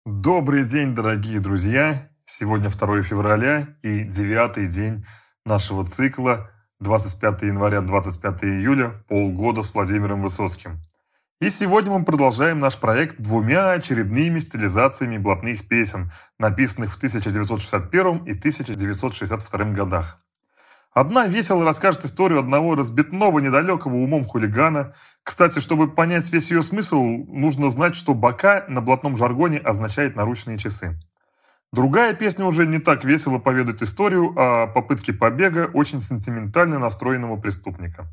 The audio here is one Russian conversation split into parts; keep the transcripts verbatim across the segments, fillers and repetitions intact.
Добрый день, дорогие друзья! Сегодня второе февраля и девятый день нашего цикла двадцать пятое января - двадцать пятое июля «Полгода с Владимиром Высоцким». И сегодня мы продолжаем наш проект двумя очередными стилизациями блатных песен, написанных в тысяча девятьсот шестьдесят первом и тысяча девятьсот шестьдесят втором годах. Одна весело расскажет историю одного разбитного, недалекого умом хулигана. Кстати, чтобы понять весь ее смысл, нужно знать, что бока на блатном жаргоне означает наручные часы. Другая песня уже не так весело поведает историю о попытке побега очень сентиментально настроенного преступника.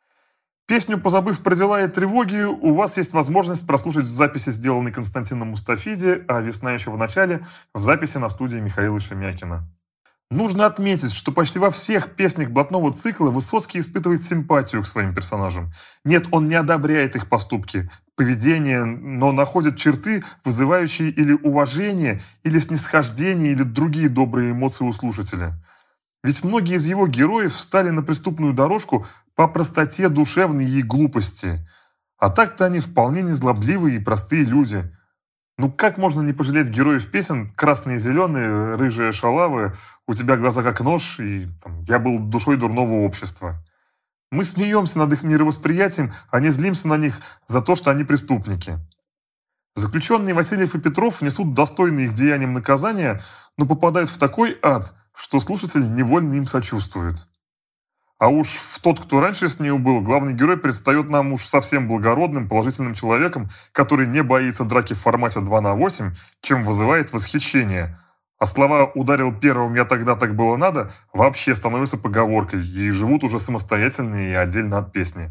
Песню «Позабыв про дела и тревоги» у вас есть возможность прослушать в записи, сделанной Константином Мустафиди, а «Весна еще в начале» в записи на студии Михаила Шемякина. Нужно отметить, что почти во всех песнях блатного цикла Высоцкий испытывает симпатию к своим персонажам. Нет, он не одобряет их поступки, поведение, но находит черты, вызывающие или уважение, или снисхождение, или другие добрые эмоции у слушателя. Ведь многие из его героев встали на преступную дорожку по простоте душевной и глупости. А так-то они вполне незлобливые и простые люди. Ну как можно не пожалеть героев песен «Красные и зеленые», «Рыжая шалавы», «У тебя глаза как нож» и там, «Я был душой дурного общества». Мы смеемся над их мировосприятием, а не злимся на них за то, что они преступники. Заключенные Васильев и Петров несут достойные их деяниям наказания, но попадают в такой ад, что слушатель невольно им сочувствует. А уж в тот, кто раньше с ней был, главный герой предстает нам уж совсем благородным, положительным человеком, который не боится драки в формате два на восемь, чем вызывает восхищение. А слова «ударил первым, я тогда так было надо» вообще становятся поговоркой и живут уже самостоятельно и отдельно от песни.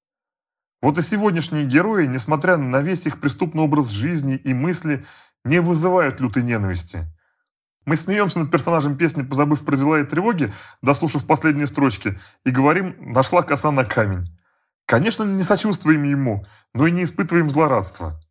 Вот и сегодняшние герои, несмотря на весь их преступный образ жизни и мысли, не вызывают лютой ненависти. Мы смеемся над персонажем песни «Позабыв про дела и тревоги», дослушав последние строчки, и говорим «нашла коса на камень». Конечно, не сочувствуем ему, но и не испытываем злорадства.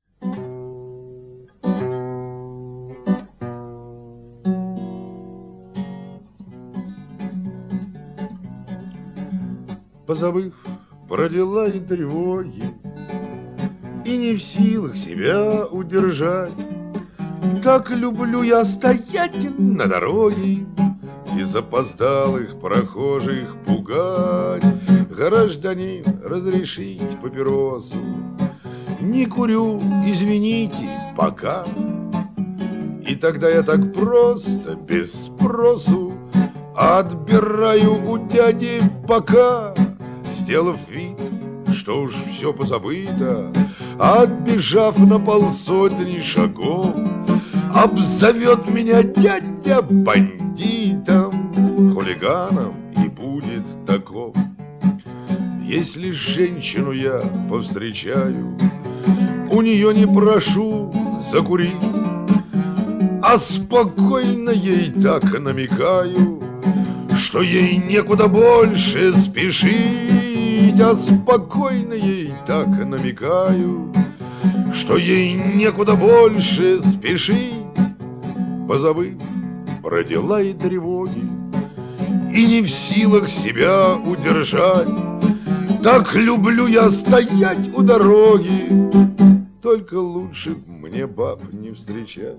Позабыв про дела и тревоги, и не в силах себя удержать, так люблю я стоять на дороге и запоздалых прохожих пугать. Гражданин, разрешить папиросу? Не курю, извините, пока. И тогда я так просто, без спросу, отбираю у дяди бока, сделав вид, что уж все позабыто. Отбежав на полсотни шагов, обзовет меня дядя бандитом, хулиганом и будет таков. Если женщину я повстречаю, у нее не прошу закурить, а спокойно ей так намекаю, что ей некуда больше спешить. А спокойно ей так намекаю, что ей некуда больше спешить. Позабыв про дела и тревоги, и не в силах себя удержать, так люблю я стоять у дороги, только лучше б мне баб не встречать.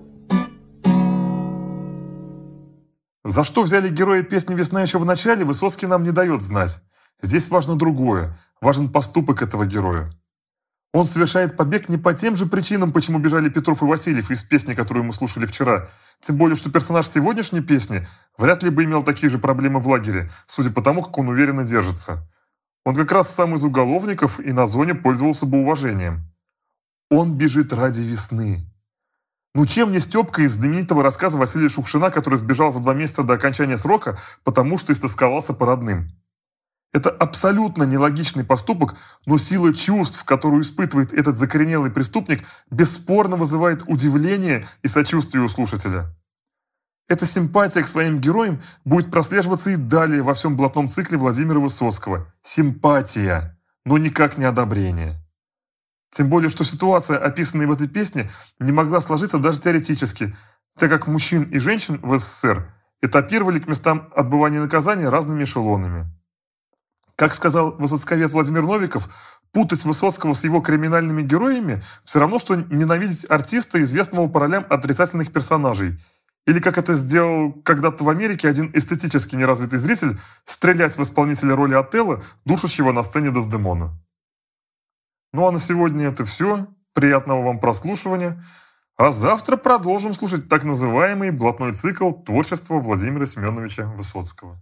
За что взяли героя песни «Весна еще в начале», Высоцкий нам не дает знать. Здесь важно другое, важен поступок этого героя. Он совершает побег не по тем же причинам, почему бежали Петров и Васильев из песни, которую мы слушали вчера. Тем более, что персонаж сегодняшней песни вряд ли бы имел такие же проблемы в лагере, судя по тому, как он уверенно держится. Он как раз сам из уголовников и на зоне пользовался бы уважением. Он бежит ради весны. Ну чем не Степка из знаменитого рассказа Василия Шукшина, который сбежал за два месяца до окончания срока, потому что истосковался по родным. Это абсолютно нелогичный поступок, но сила чувств, которую испытывает этот закоренелый преступник, бесспорно вызывает удивление и сочувствие у слушателя. Эта симпатия к своим героям будет прослеживаться и далее во всем блатном цикле Владимира Высоцкого. Симпатия, но никак не одобрение. Тем более, что ситуация, описанная в этой песне, не могла сложиться даже теоретически, так как мужчин и женщин в СССР этапировали к местам отбывания наказания разными эшелонами. Как сказал высоцковед Владимир Новиков, Путать Высоцкого с его криминальными героями все равно, что ненавидеть артиста, известного по ролям отрицательных персонажей. Или, как это сделал когда-то в Америке один эстетически неразвитый зритель, стрелять в исполнителя роли Отелло, душащего на сцене Дездемону. Ну а на сегодня это все. Приятного вам прослушивания. А завтра продолжим слушать так называемый блатной цикл творчества Владимира Семеновича Высоцкого.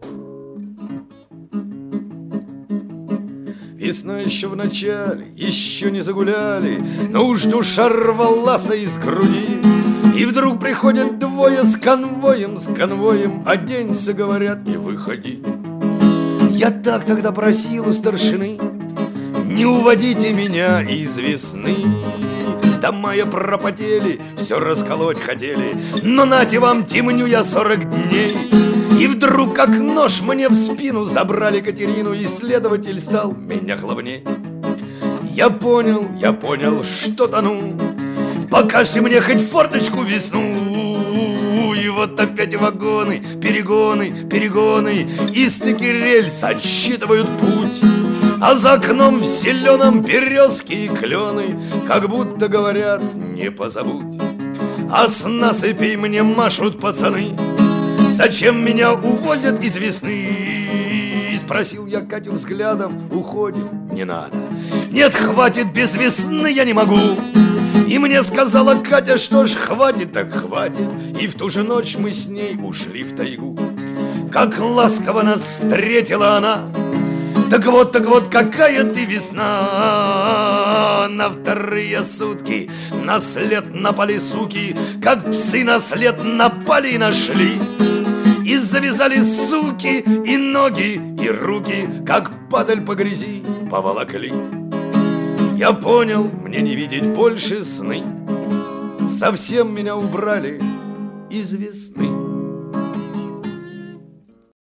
Весна еще в начале, еще не загуляли, но уж душа рвалась из груди. И вдруг приходят двое с конвоем, с конвоем, оденься, говорят, и выходи. Я так тогда просил у старшины: не уводите меня из весны. Дома я пропотели, все расколоть хотели, но нате вам, темню я сорок дней. И вдруг, как нож, мне в спину забрали Катерину, и следователь стал меня главней. Я понял, я понял, что тону. Покажите мне хоть форточку весну. И вот опять вагоны, перегоны, перегоны, и стыки рельс отсчитывают путь. А за окном в зеленом березки и клены, как будто говорят, не позабудь. А с насыпей мне машут пацаны: зачем меня увозят из весны? Спросил я Катю взглядом: уходим, не надо. Нет, хватит, без весны я не могу. И мне сказала Катя: что ж, хватит, так хватит. И в ту же ночь мы с ней ушли в тайгу. Как ласково нас встретила она. Так вот, так вот, какая ты весна. На вторые сутки на след напали суки, как псы на след напали и нашли. И завязали суки и ноги, и руки, как падаль по грязи поволокли. Я понял, мне не видеть больше сны. Совсем меня убрали из весны.